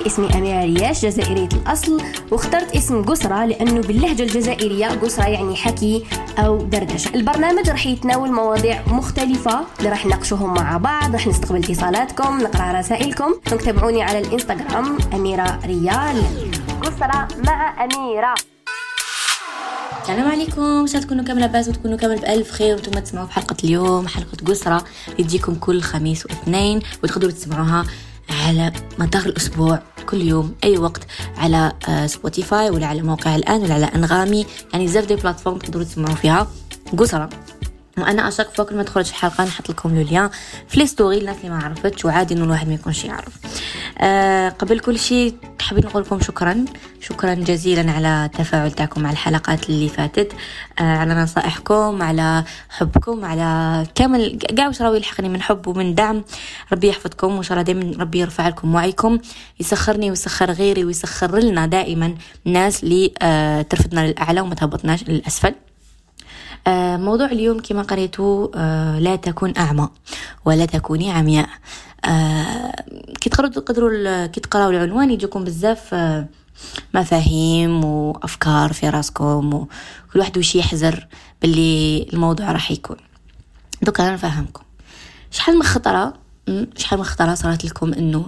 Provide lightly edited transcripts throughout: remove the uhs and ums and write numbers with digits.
اسمي أميرة رياش، جزائرية الأصل، واخترت اسم قسرة لأنه باللهجة الجزائرية قسرة يعني حكي أو دردشة. البرنامج رح يتناول مواضيع مختلفة اللي رح نناقشوهم مع بعض، رح نستقبل اتصالاتكم، نقرأ رسائلكم. تابعوني على الإنستغرام أميرة ريال. قسرة مع أميرة. السلام عليكم، ان شاء الله تكونوا كامل لاباس وتكونوا كامل بألف خير، وانتم تسمعوا في حلقة اليوم، حلقة قسرة اللي تجيكم كل خميس واثنين، وتقدروا تسمعوها على مدار الأسبوع كل يوم أي وقت على سبوتيفاي ولا على موقع الآن ولا على أنغامي، يعني زاف دي بلاتفورم تقدروا تسمعوا فيها قسرة. وانا اشك فوق ما تخرج الحلقه نحط لكم له ليان في لي ستوري الناس اللي ما عرفتش، وعادي انه الواحد ما يكونش يعرف. قبل كل شيء حابين نقول لكم شكرا جزيلا على التفاعل تاعكم مع الحلقات اللي فاتت، على نصائحكم، على حبكم، على كامل كاع واش راهو يلحقني من حب ومن دعم. ربي يحفظكم وان شاء الله دائما ربي يرفع لكم وعيكم، يسخرني ويسخر غيري ويسخر لنا دائما ناس اللي ترفدنا للاعلى وما تهبطناش للاسفل. موضوع اليوم كما قريتوا، لا تكون أعمى ولا تكوني عمياء. كي تقراوا العنوان يجيكم بزاف مفاهيم وأفكار في راسكم، وكل واحد وش يحذر باللي الموضوع راح يكون. دوك أنا نفهمكم شحال من خطرة صارت لكم إنه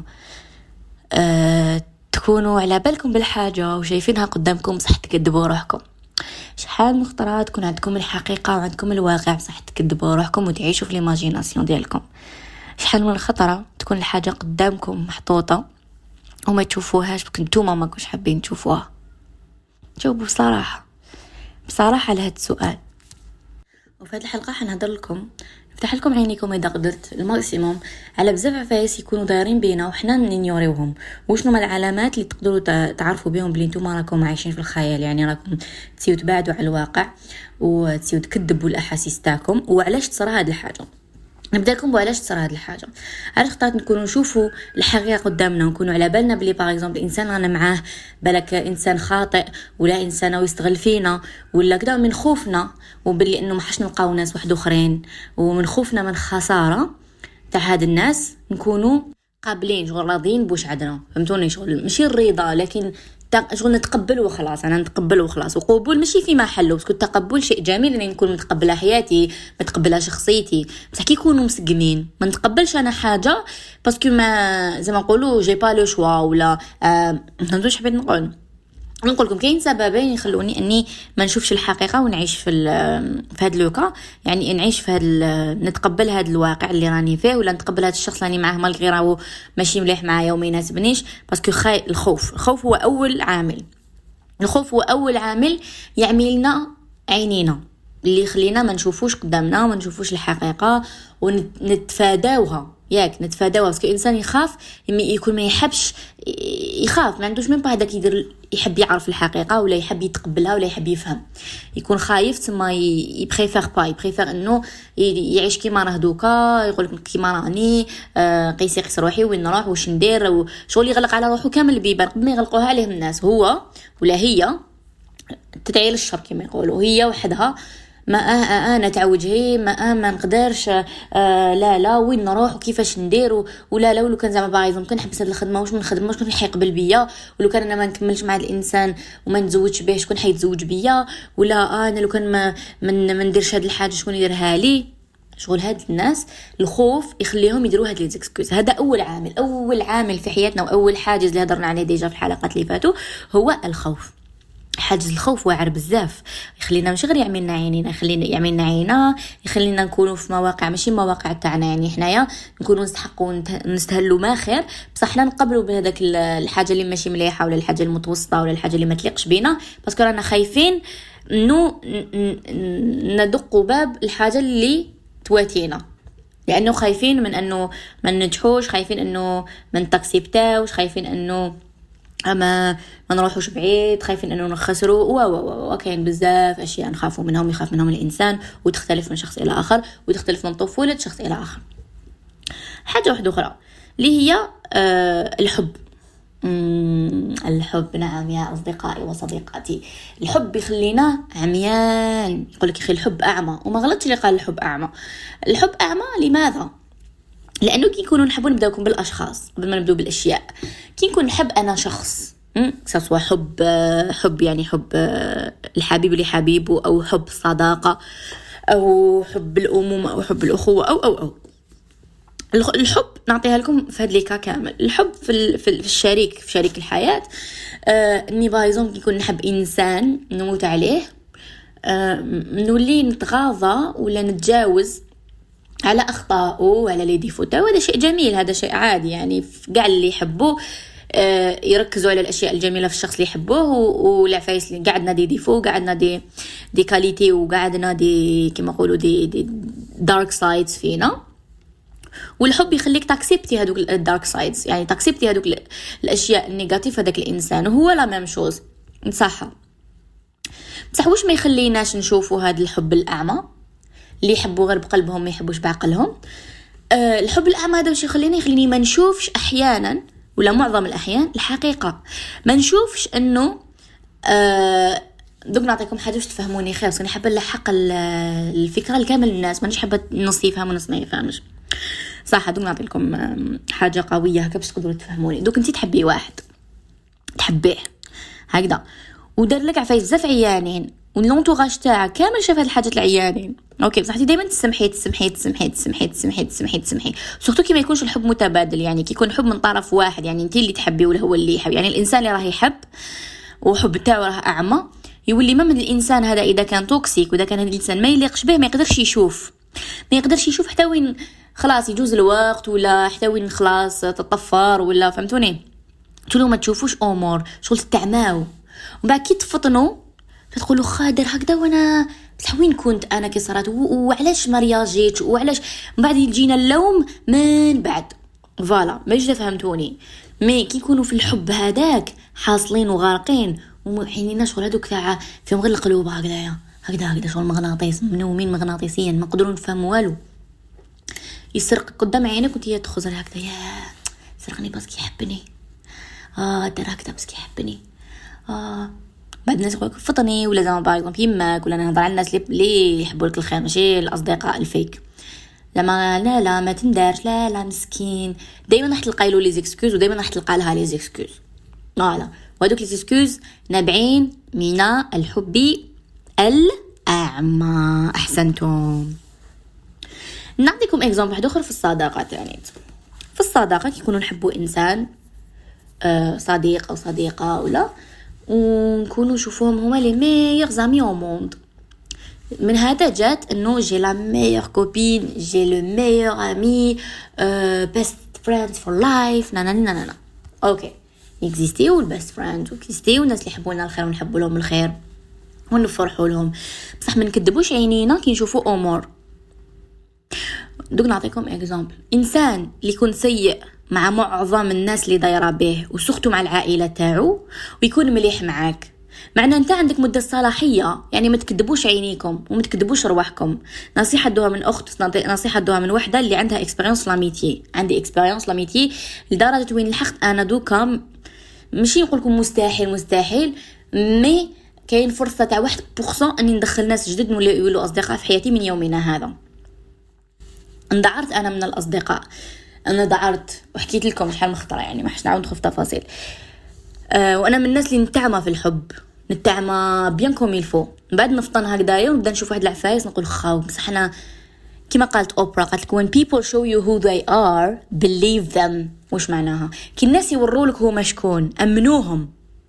تكونوا على بالكم بالحاجة وشايفينها قدامكم بصح تكذبوا روحكم. شحال من خطرات تكون عندكم الحقيقة وعندكم الواقع بصح تكذبوا روحكم وتعيشوا في ليماجيناسيون ديالكم. شحال من خطرة تكون الحاجة قدامكم محطوطة وما تشوفوهاش بك نتوما ما كنتوش حابين تشوفوها. جاوبوا بصراحة على هذا السؤال. وفي هذه الحلقة حنهضر لكم، نفتح لكم عينيكم اذا قدرت الماكسيموم على بزاف عفايس يكونوا دايرين بينا وحنا نينيوريوهم. وشنو ما العلامات اللي تقدروا تعرفوا بهم بلي نتوما راكم عايشين في الخيال، يعني راكم تسيو تبعدوا على الواقع وتسيو تكذبوا الاحاسيس تاعكم. وعلاش تصرى هذه الحاجه؟ نبدا لكم بعلاش تصرى هذه الحاجه. علاش خطات نكونوا نشوفوا الحقيقه قدامنا ونكونوا على بالنا بلي باغ اكزومبل الانسان رانا معاه بالك انسان خاطئ ولا انسان يستغل فينا ولا كذا، من خوفنا وباللي انه ما حش نلقاو ناس واحد اخرين، ومن خوفنا من خساره تاع هاد الناس نكونوا قابلين شغل راضين بوش عندنا. فهمتوني؟ شغل ماشي الرضا لكن شغل نتقبل وخلاص. انا نتقبل وخلاص، وقبول ماشي في محله، بس التقبل شيء جميل اني نكون متقبله حياتي متقبله شخصيتي، بصح كي يكونوا مسقمين ما نتقبلش انا حاجه باسكو ما زي ما نقولوا جي با لو شوا ولا فهمتوش حبيت نقول لكم كاين سببين يخلوني اني ما نشوفش الحقيقه ونعيش في هذا لوكا، يعني نعيش في هذا نتقبل هذا الواقع اللي راني فيه، ولا نتقبل هذا الشخص راني معاه مالغي راهو ماشي مليح معايا وما يناسبنيش. باسكو الخوف هو اول عامل. الخوف هو اول عامل يعمل لنا عينينا اللي يخلينا ما نشوفوش قدامنا وما نشوفوش الحقيقه ونتفاداوها. نتفاداوها باسكو الانسان يخاف يكون ما يحبش، يخاف ما عندوش ميم هذاك يحب يعرف الحقيقه ولا يحب يتقبلها ولا يحب يفهم، يكون خايف تما يبريفير انه يعيش كيما راه دوكا، يقول لك كيما راني قيس روحي وين نروح واش ندير، وشغل يغلق على روحه كامل البيبان قبل ما يغلقوها عليه الناس. هو ولا هي تدعي للشر كما يقولوا، هي وحدها ما انا تاع وجهي ما نقدرش لا وين نروح وكيفاش ندير ولا لو كان زعما باغي ممكن نحبس هاد الخدمه واش من خدمه شكون حيقبل بيا، ولو كان انا ما نكملش مع الانسان وما نتزوجش به شكون حيتزوج بيا، ولا انا لو كان ما نديرش هاد الحاجه شكون يديرها لي. شغل هاد الناس الخوف يخليهم يديروا هاد لي زيكسكوز. هذا اول عامل في حياتنا، واول حاجز اللي هضرنا عليه ديجا في الحلقات اللي فاتوا هو الخوف. حاجز الخوف واعر بزاف، يخلينا ماشي غير يعملنا عينينا، يعملنا عينا، يخلينا نكونوا في مواقع ماشي مواقع تاعنا، يعني حنايا نكونوا نستحقوا نستهلوا ما خير، بصح لا نقبلوا بهذاك الحاجه اللي ماشي مليحه ولا الحاجه المتوسطه ولا الحاجه اللي ما تليقش بينا، باسكو رانا خايفين انه ندقوا باب الحاجه اللي تواتينا، لانه خايفين من انه ما ننجحوش، خايفين انه ما نتاكسبتاوش، خايفين انه ما نروحوش بعيد، خايفين انه نخسروا وكاين بزاف اشياء يخاف منهم الانسان، وتختلف من شخص الى اخر، وتختلف من طفوله شخص الى اخر. حاجه واحده اخرى اللي هي الحب. نعم يا اصدقائي وصديقاتي، الحب يخلينا عميان. يقول لك يخلي الحب اعمى، وما غلطش اللي قال الحب اعمى. الحب اعمى لماذا؟ لانه كي نكونوا نحبوا نبداوكم بالاشخاص قبل ما نبداو بالاشياء. كي نكون نحب انا شخص سواء حب يعني حب الحبيب لحبيبه او حب الصداقه او حب الامومه او حب الاخوه او الحب نعطيها لكم في هاد ليكا كامل. الحب في الشريك، في شريك الحياه. اني بايزون يكون نحب انسان نموت عليه، نولي نتغاضى ولا نتجاوز على اخطائه وعلى لي ديفو تاعو. هذا شيء جميل، هذا شيء عادي يعني في كاع اللي يحبوه يركزوا على الاشياء الجميله في الشخص اللي يحبوه، والعفايس اللي قاعدنا دي ديفو، قاعدنا دي كاليتي، وقاعدنا دي كما نقولوا دي دارك سايدز فينا. والحب يخليك تاكسبتي هذوك الدارك سايدز، يعني تاكسبتي هذوك الاشياء النيجاتيف هذاك الانسان. وهو لا ميم شوز صح واش ما يخليناش نشوفوا هذا الحب الاعمى اللي يحبوا غير بقلبهم ما يحبوش بعقلهم. الحب الاعمى هذا واش يخليني ما نشوفش احيانا ولا معظم الاحيان الحقيقه، ما نشوفش انه دوك نعطيكم حاجه باش تفهموني خير، بس نحب نلحق الفكره لكامل الناس، مانيش حابه نص يفهم ونص ما يفهمش صح. دوك نعطي لكم حاجه قويه هكا باش تقدروا تفهموني. دوك انت تحبي واحد، تحبيه هكذا ودار لك عفايس بزاف عيانين واللونطوغاج تاعك كامل شاف هاد الحاجات العيانين، اوكي بصح انت دائما تسمحي سورتو كي ما يكونش الحب متبادل، يعني كي يكون حب من طرف واحد، يعني انت اللي تحبي ولا هو اللي يحب. يعني الانسان اللي راه يحب وحب تاعو راه اعمى يولي من الانسان هذا اذا كان توكسيك واذا كان هذا الانسان ما يليقش به ما يقدرش يشوف حتى وين خلاص يجوز الوقت، ولا حتى وين خلاص تطفر، ولا فهمتوني تقولوا ما تشوفوش امور شغل تعماو. ومن بعد كي تفطنوا تقولوا خادر هكذا وانا بصح وين كنت انا كي صارت وعلاش ما رياجيتش وعلاش. من بعد يجينا اللوم من بعد فوالا باش فهمتوني. مي كي يكونوا في الحب هذاك حاصلين وغارقين ومحينين شغل هذوك تاع فيهم غير القلوب هكذا شغل مغناطيس منومين مغناطيسيا ما نقدروا نفهموا والو. يسرق قدام عينك وانت تخزر هكذا، يا سرقني باسكو يحبني، دار هكذا باسكو يحبني. بعد الناس يقولك فطني، ولا زعما باغ اكزومبل يماك، ولا نهضر على الناس اللي يحبوا لك الخير ماشي الاصدقاء الفيك. لا ما تندارش، لا مسكين. دائما راح تلقاي له لي زيكسكوز ودائما راح تلقى لها لي زيكسكوز. فوالا وهذوك لي زيكسكوز نابعين من الحب الاعمى. احسنتم. نعطيكم اكزامبل واحد اخر في الصداقات. يعني في الصداقه كيكونوا نحبوا انسان صديق او صديقه ولا، ونكونوا نشوفوهم هما لي ميور زامي او موند. من هذا جات انه جي لا ميور كوبين، جي لو ميور امي، بيست فريندز فور لايف. نا اوكي اكزيستيو البيست فريندز واكزيستيو الناس اللي يحبونا الخير ونحبوا لهم الخير ونفرحوا لهم، بصح ما نكذبوش عينينا كي نشوفوا امور. دوك نعطيكم اكزامبل. انسان اللي يكون سيء مع معظم الناس اللي دايره به وسختو مع العائله تاعو ويكون مليح معاك، معناه انت عندك مده صلاحيه. يعني ما تكذبوش عينيكم وما تكذبوش رواحكم. نصيحه دوها من اخت، نصيحه دوها من وحده اللي عندها اكسبيرينس لاميتي. عندي اكسبيرينس لاميتي لدرجه وين لحقت انا دوكا ماشي نقول لكم مستحيل مي كاين فرصه تاع 1% اني ندخل ناس جدد يولوا اصدقاء في حياتي من يومنا هذا. اندعرت انا من الاصدقاء، انا دعرت وحكيت لكم شحال مخطره، يعني ما حش نعاود ندخل في تفاصيل. وانا من الناس اللي نتعمى في الحب، نتعمى بيان كوم يلفو. بعد نفطن هكذايا ونبدا نشوف واحد العفايس نقول خاو بصح انا كما قالت اوبرا، قالت لك when people show you who they are believe them. واش معناها؟ كي الناس يوروك هما شكون امنوهم.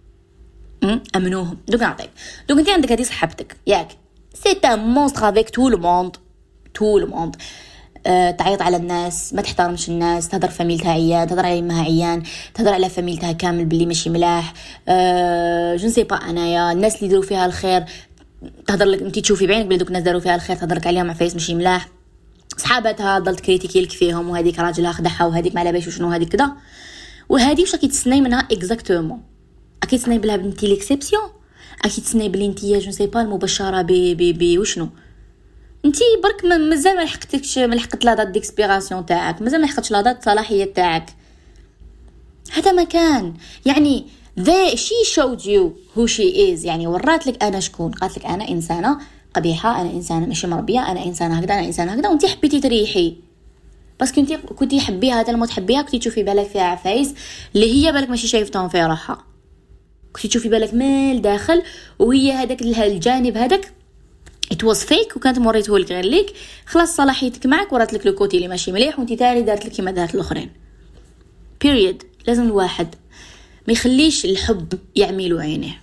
دوك نعطيك، دوك انت عندك هذه صاحبتك ياك سي ان مونستر افيك تو لو موند تعيط على الناس، ما تحترمش الناس، تهضر فاميلتها عيان، تهضر على امها عيان، تهضر على فاميلتها كامل باللي ماشي ملاح. جو نسي با انايا الناس اللي يديروا فيها الخير تهضر لك انت تشوفي بعينك بلي دوك الناس داروا فيها الخير تهضر لك عليهم عفايس ماشي ملاح. صحابتها ضلت كريتيكي لك فيهم، وهذيك راجلها خدعها، وهذيك ما على بالش وشنو هذيك كذا، وهذه واش راكي تسناي منها اكزاكتومون؟ اكيد تسناي بلها بنتي ليكسيبسيون، اكيد تسناي بلي انت جو نسي با المبشره ب وشنو. انتي برك مازال ما لحقت لا دات ديكسبيراسيون تاعك، مازال ما لحقتش لا دات صلاحيه تاعك. هذا مكان يعني she showed you who she is، يعني ورات لك انا شكون. قالت لك انا انسانه قبيحه، انا انسانه ماشي مربيه، انا انسانه هكذا، انا انسانه هكذا، وانتي حبيتي تريحي. باسكو انت كنتي حبيها حتى ما تحبيها، كنتي تشوفي بالك فيها عفايس اللي هي بالك ماشي شايفتهم في روحها، كنتي تشوفي بالك من الداخل وهي هذاك الجانب هذاك it was fake وكانت موريته لك غير ليك، خلاص صلاحيتك معك ورات لك لو كوتي اللي ماشي مليح وانت تاني دارت لك كيما دارت الاخرين. period. لازم الواحد ما يخليش الحب يعملوا عينيه.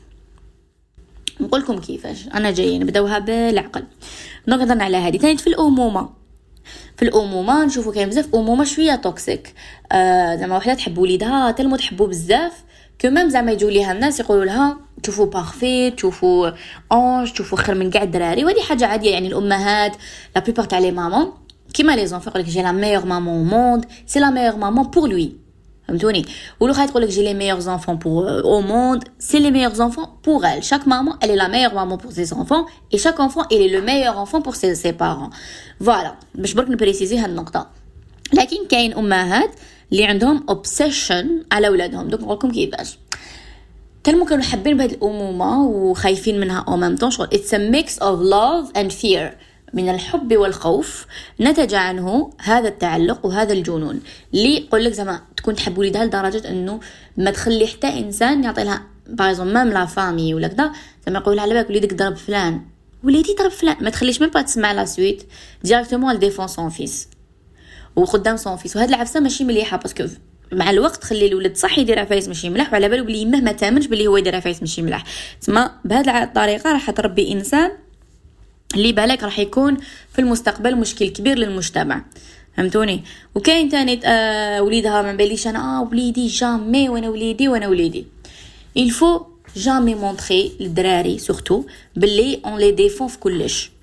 نقول لكم كيفاش انا جايه نبداوها بالعقل. نقدر على هذه ثاني. في الامومه نشوفوا كاين بزاف امومه شويه توكسيك، زعما وحده تحب وليدها تلمو تحبو بزاف كمان زعما يجوا ليها الناس يقولوا لها تشوفوا بارفي، تشوفوا انج، تشوفوا خير من كاع الدراري، وهذه حاجه عاديه. يعني الامهات لا بليبار تاع لي مامون كيما لي زونفون يقول لك جي لا ميور مامون او موند، سي لا ميور مامون بور لوي، فهمتوني؟ ولو خايت تقول لك جي لي ميور زونفون بور او موند، سي لي ميور زونفون بور elle. chaque maman elle est la meilleure maman pour ses enfants et chaque enfant il est le meilleur enfant pour ses parents. voilà باش برك نبريسيزي هاد النقطه. لكن كاين امهات اللي عندهم اوبسيشن على اولادهم. دوك نقول لكم كيفاش تلمو كانوا حابين بهاد الامومه وخايفين منها او ميم طون. شغل it's a mix of love and fear. من الحب والخوف نتج عنه هذا التعلق وهذا الجنون اللي يقول لك زعما تكون تحب وليدها لدرجه انه ما تخلي حتى انسان يعطي لها بايزون مام لا فامي ولا كذا، زعما يقول لها على بالك وليدك ضرب فلان، وليدي ضرب فلان، ما تخليش ميم با تسمع لا سويت ديريكتومون ديفون سون فيس وقدام سون فيس. وهاد العفسه ماشي مليحه باسكو مع الوقت تخلي الولد صح يدير عفايس ماشي ملاح وعلى باله بلي مهما تامنش بلي هو يدير عفايس ماشي ملاح. تسمى بهذه الطريقه راح تربي انسان اللي بالك راح يكون في المستقبل مشكل كبير للمجتمع، فهمتوني؟ وكاين تاني وليدها ما باليش انا وليدي جامي وانا وليدي il faut jamais montrer للدراري سورتو باللي on les défend في كلش،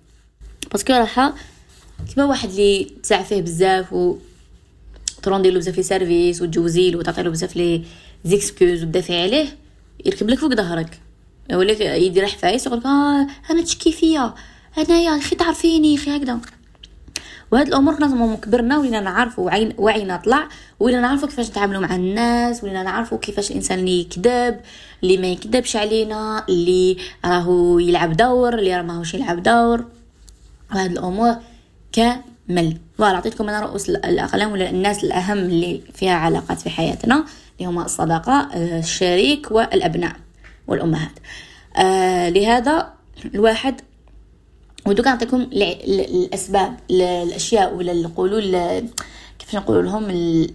باسكو راح كيما واحد اللي تساع فيه بزاف و ترونديلو بزاف في سيرفيس وتجوزيلو وتعطيلو بزاف لي زيكسكوز وتدافع عليه، يركب لك فوق ظهرك يقولك يدير حفايس يقولك انا تشكي فيا انايا اخي تعرفيني اخي هكذا. وهاد الامور لازم كبرنا ولينا نعرفوا وعينا طلع ولينا نعرفوا كيفاش نتعاملوا مع الناس، ولينا نعرفوا كيفاش الانسان اللي يكذب اللي ما يكذبش علينا، اللي راهو يلعب دور اللي راه ماهوش يلعب دور. وهاد الامور كامل فوالا عطيتكم انا رؤوس الاقلام ولا الناس الاهم اللي فيها علاقات في حياتنا اللي هما الصداقه الشريك والابناء والامهات. لهذا الواحد ودوك نعطيكم الاسباب الاشياء ولا نقولوا كيفاش نقولوا لهم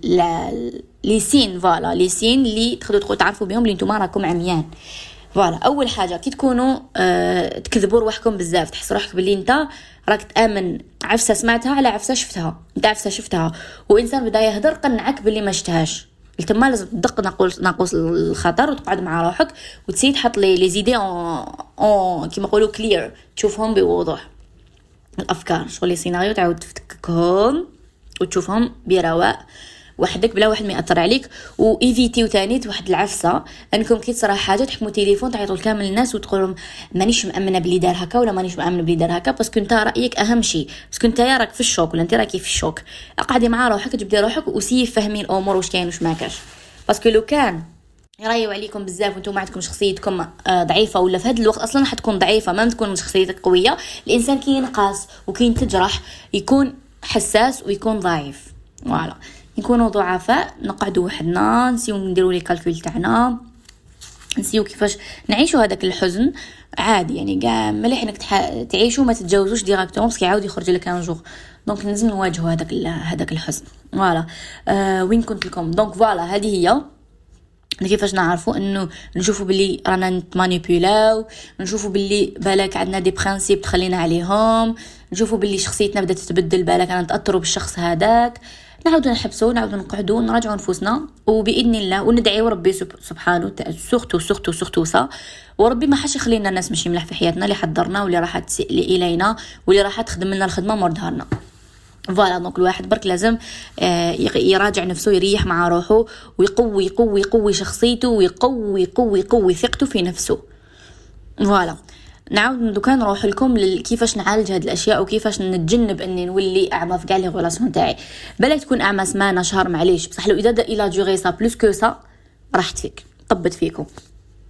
لي سين فوالا لي سين اللي تقدروا تعرفوا بهم اللي نتوما راكم عميان. فوالا اول حاجه كي تكونوا تكذبوا روحكم بزاف، تحس روحك باللي انت راك تامن عفسه سمعتها على عفسه شفتها، انت عفسه شفتها وانسان بدا يهدر قنعك باللي ما شفتهاش، التما لازم تدق ناقوس الخطر وتقعد مع روحك وتسيد تحط لي زيدي اون كيما يقولوا كلير، تشوفهم بوضوح الافكار شغل لي سيناريو تعاود تفككهم وتشوفهم برواء وحدك بلا واحد ما ياثر عليك. وايفيتيو ثاني واحد العفسه انكم كي تصرا حاجه تحكموا تليفون تعيطوا لكامل الناس وتقولوا مانيش مامنه بلي دار هكا ولا مانيش مامنه بلي دار هكا، باسكو انت رايك اهم شيء، باسكو انت راك في الشوك ولا انت راكي في الشوك. اقعدي مع روحك تجبدي روحك وسي فهمي الامور واش كاين واش ما كاش، باسكو لو كان يرايو عليكم بزاف وانتم ما عندكم شخصيتكم ضعيفه ولا في هذا الوقت اصلا حتكون ضعيفه ما تكون شخصيتك قويه، الانسان كي ينقص وكي تجرح يكون حساس ويكون ضعيف. فوالا نكونوا ضعفاء نقعدوا وحدنا نسيو نديروا لي كالكول تاعنا، نسيو كيفاش نعيشوا هذاك الحزن عادي. يعني كاع مليح انك تعيشوا ما تتجاوزوش ديريكتوم باسكو يعاود يخرج لك ان جور. دونك لازم نواجهوا هذاك الحزن. فوالا وين كنت لكم؟ دونك فوالا هذه هي كيفاش نعرفوا انه نشوفوا باللي رانا نتمانيبيولاو، نشوفوا باللي بالك عندنا دي برينسيپ تخلينا عليهم، نشوفوا باللي شخصيتنا بدات تتبدل، بالك انا نتاثروا بالشخص هذاك، نعاودوا نحبسوا نعاودوا نقعدوا نراجعوا نفوسنا وباذن الله وندعيوا ربي سبحانه سورتو سا، وربي ما حاش يخلينا الناس ماشي ملاح في حياتنا اللي حضرنا واللي راح تسيء الينا واللي راح تخدم لنا الخدمه مور ظهرنا. فوالا دونك الواحد برك لازم يراجع نفسه، يريح مع روحه ويقوي يقوي يقوي شخصيته ويقوي يقوي يقوي ثقته في نفسه. فوالا نعاود دوكا نروح لكم كيفاش نعالج هاد الاشياء وكيفاش نتجنب اني نولي اعمى في كاع لي غولاسيون تاعي. بالك تكون اعمى سمانه شهر معليش، بصح لو اذا الى دوري سا بلوس كو سا راح تفيك طبت فيكم.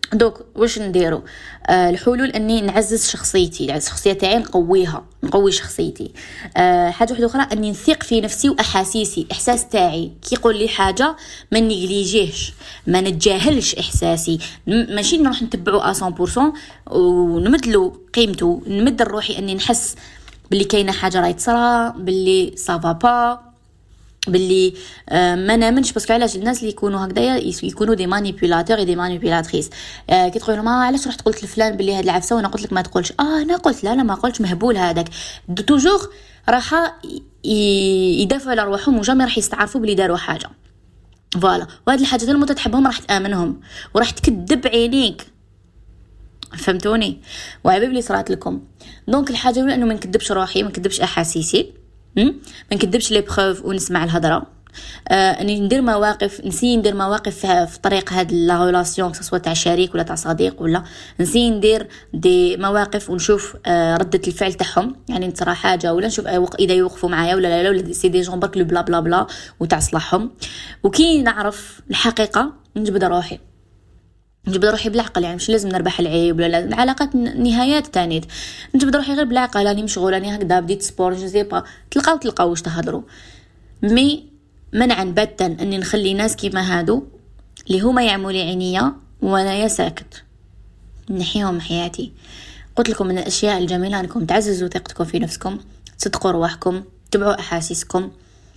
دوك واش نديرو؟ الحلول اني نعزز شخصيتي، الشخصيه تاعي نقوي شخصيتي. حاجه واحده اخرى اني نثق في نفسي واحاسيسي، احساس تاعي كي يقول لي حاجه ما نيجليجيهش، ما نتجاهلش احساسي، ماشي نروح نتبعه 100% ونمدلو قيمته، نمد روحي اني نحس باللي كاينه حاجه راهي تصرا، باللي سافا با، باللي ما نامنش. باسكو علاش الناس اللي يكونوا هكذايا يكونوا دي مانيبيولاتور كي تقول لهم علاش رحت قلت لفلان باللي هاد العفسه وانا قلت لك ما تقولش، انا قلت لا ما قلتش، مهبول هذاك. توجور راح يدافعوا على روحهم وجامي راح يستعرفوا باللي داروا حاجه. فوالا، وهاد الحاجات اللي تحبهم راح تامنهم وراح تكذب عينيك. فهمتوني؟ وعبيب لي صرات لكم. دونك الحاجه الاولى انه ما نكذبش روحي، ما نكذبش احاسيسي، ما نكذبش لي بروف ونسمع الهضره. اني ندير مواقف، نسي ندير مواقف في طريق هاد لا ريلاسيون، سواء تاع شريك ولا تاع صديق، ولا نسي ندير دي مواقف ونشوف ردة الفعل تاعهم. يعني نصرا حاجه ولا نشوف اذا يوقفوا معايا ولا لا، ولا سي دي جون برك بلا بلا بلا وتاع صلاحهم. وكي نعرف الحقيقه نجبد روحي بالعقل، يعني مش لازم نربح العيب ولا لازم العلاقات نهايات تانيت. نجبد روحي غير بالعقل، راني مشغوله، راني هكذا بديت سبور جوزي با، تلقاو واش تهضروا. منعا باتا اني نخلي ناس كيما هادو اللي هما يعملوا لي عينيا وانا يا ساكت، نحيهم حياتي. قلت لكم من الاشياء الجميله انكم تعززوا ثقتكم في نفسكم، تصدقوا رواحكم، تبعوا احاسيسكم،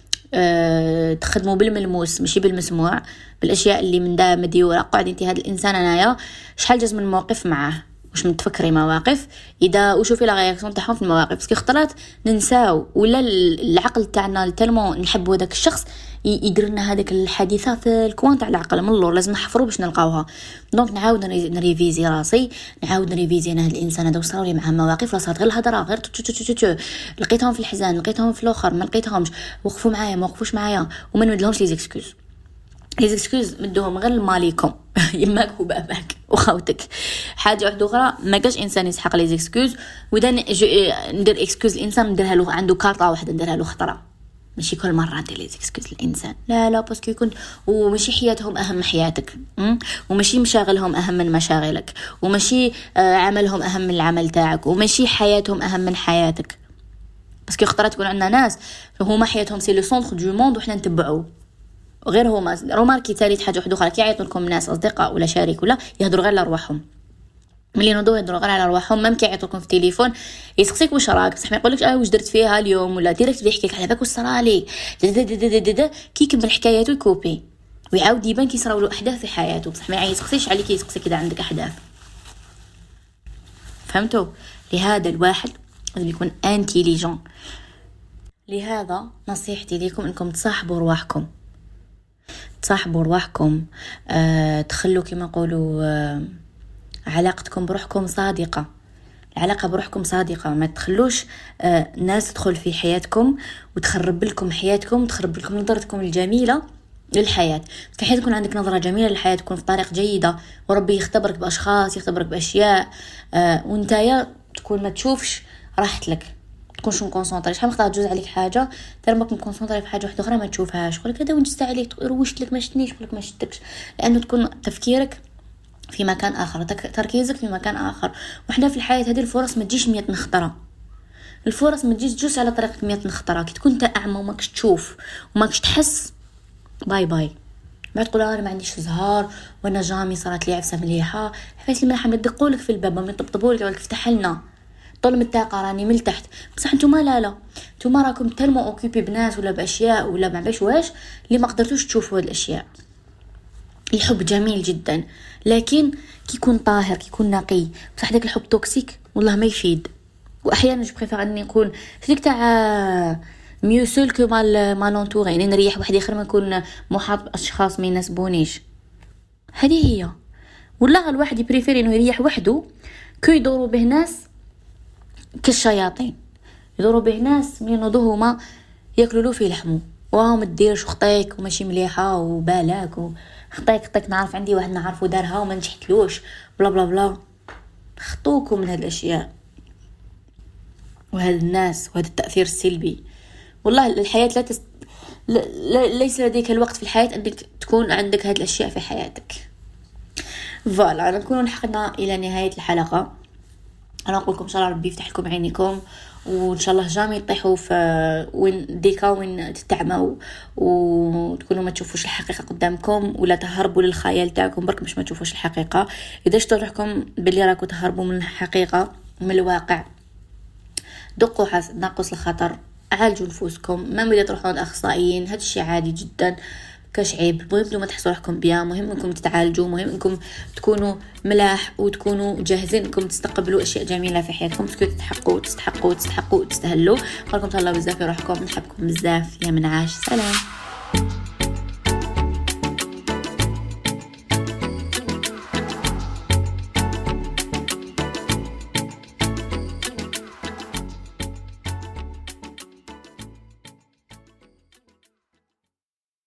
تخدموا بالملموس ماشي بالمسموع، بالاشياء اللي من دا مديوره. قاعد انت هذا الانسان انايا شحال جاز من موقف معاه، واش متفكري مواقف اذا وشوفي لا رياكسيون تاعهم في المواقف، باسكو خطرات ننساو ولا العقل تاعنا تالمون نحبوا هذاك الشخص يدير لنا هذيك الحادثه في الكوان تاع العقل من اللور، لازم نحفروا باش نلقاوها. دونك نعاود نريفيزي راسي، نعاود نريفيزي انا هذا الانسان هذا وصراو لي معاه مواقف راسها غير الهضره، غير لقيتهم في الحزن، لقيتهم في الاخر ما لقيتهمش، وقفوا معايا ما وقفوش معايا، وما نمدلهمش لي زيكسكوز مدوهم غير لماليكم يماك وباباك وخوتك. حاجه واحده اخرى، ما كاش انسان يسحق لي زيكسكوز واذا ندير اكسكوز الانسان نديرها له عنده كارطه واحده نديرها له خطره، ماشي كل مره ندير لي زيكسكوز الانسان، لا باسكو يكون وماشي حياتهم اهم من حياتك، وماشي مشاغلهم اهم من مشاغلك، وماشي عملهم اهم من العمل تاعك، وماشي حياتهم اهم من حياتك. باسكو خطرات تكون عندنا ناس هما حياتهم سي لو سونتر دو موند وحنا نتبعوه غير هما. روماركي ثالث حاجه واحده اخرى، كي يعيطوا لكم ناس اصدقاء ولا شريك ولا يهضروا غير على رواحهم، ملي نوضوا يهضروا غير على رواحهم، ميم كي يعيطوا لكم في التليفون يسقسيك واش راك، بصح ما يقولكش واش درت فيها اليوم، ولا ديريكت يحكي لك على بالك واش صرالي كي يكمل حكاياته يكوبي ويعاود يبان كي صراو له احداث في حياته، بصح ما يسقسيش عليك، يسقسيك اذا عندك احداث. فهمتوا؟ لهذا الواحد لازم يكون انتيليجون. لهذا نصيحتي لكم انكم تصاحبوا رواحكم، تخلوا كما نقولوا علاقتكم بروحكم صادقة، العلاقة بروحكم صادقة، ما تخلوش ناس تدخل في حياتكم وتخرب لكم حياتكم، تخرب لكم نظرتكم الجميلة للحياة. في حياتكم يكون عندك نظرة جميلة للحياة، تكون في طريق جيدة، وربي يختبرك بأشخاص، يختبرك بأشياء، وانتايا تكون ما تشوفش راحت لك، تكونش مكونسونطري. شحال مختار تجوز عليك حاجه ترمك مكونسونطري في حاجه واحده اخرى ما تشوفهاش، يقول لك هذا وين جست عليك، روشت لك ما شتنيش، يقول لك ما شتكش، لانه تكون تفكيرك في مكان اخر، تركيزك في مكان اخر. وحنا في الحياه هذه الفرص ما تجيش 100 نخطره، الفرص ما تجيش تجوز على طريقك 100 نخطره. كي تكون انت اعمى وماكش تشوف وماكش تحس، باي بعد تقول انا ما عنديش زهار وانا جامي صارت لي عفسه مليحه، حفايس لي مليحه، ما يدقوا لك في الباب، ما يطبطبوا لك، يقول لك افتح لنا طول من الطاقه راني من تحت. بصح نتوما لا نتوما راكم تلمو اوكيبي بناس ولا باشياء ولا ما باش واش اللي ما قدرتوش تشوفوا هاد الاشياء. الحب جميل جدا، لكن كي يكون طاهر، كي يكون نقي، بصح داك الحب توكسيك والله ما يفيد. واحيانا جو بريفير اني نكون شديك تاع ميو سول كو مال لونتور، يعني نريح وحدي خير ما نكون محاط باشخاص ما يناسبونيش. هذه هي. والله الواحد يبريفير انه يريح وحده كي يدوروا به ناس كالشياطين، يدوروا به ناس من ينوضوا هما ياكلوا له في لحمه، وهم تديرش خطيك وماشي مليحه وبالاك خطيك نعرف عندي واحد نعرفه دارها وما نجحتلوش بلا بلا بلا. خطوكم من هذه الاشياء وهذا الناس وهذا التاثير السلبي. والله الحياه ليس لديك الوقت في الحياه انك تكون عندك هذه الاشياء في حياتك. فوالا نكون لحقنا الى نهايه الحلقه. انا نقول لكم ان شاء الله ربي يفتح لكم عينيكم، وان شاء الله جامي تطيحوا في وين تتعموا وتكونوا ما تشوفوش الحقيقه قدامكم، ولا تهربوا للخيال تاعكم برك باش ما تشوفوش الحقيقه. اذا شفتوا روحكم باللي راكم تهربوا من الحقيقه من الواقع، دقوا ناقص الخطر، عالجوا نفوسكم، ما بدي تروحوا عند اخصائيين، هذا الشيء عادي جدا كاش عيب. مهم ما تحسوا روحكم بيا، مهم انكم تتعالجوا، مهم انكم تكونوا ملاح وتكونوا جاهزين انكم تستقبلوا اشياء جميله في حياتكم، تستحقوا تستهلوا. باركم الله بزاف في روحكم، نحبكم بزاف يا منعاش. سلام.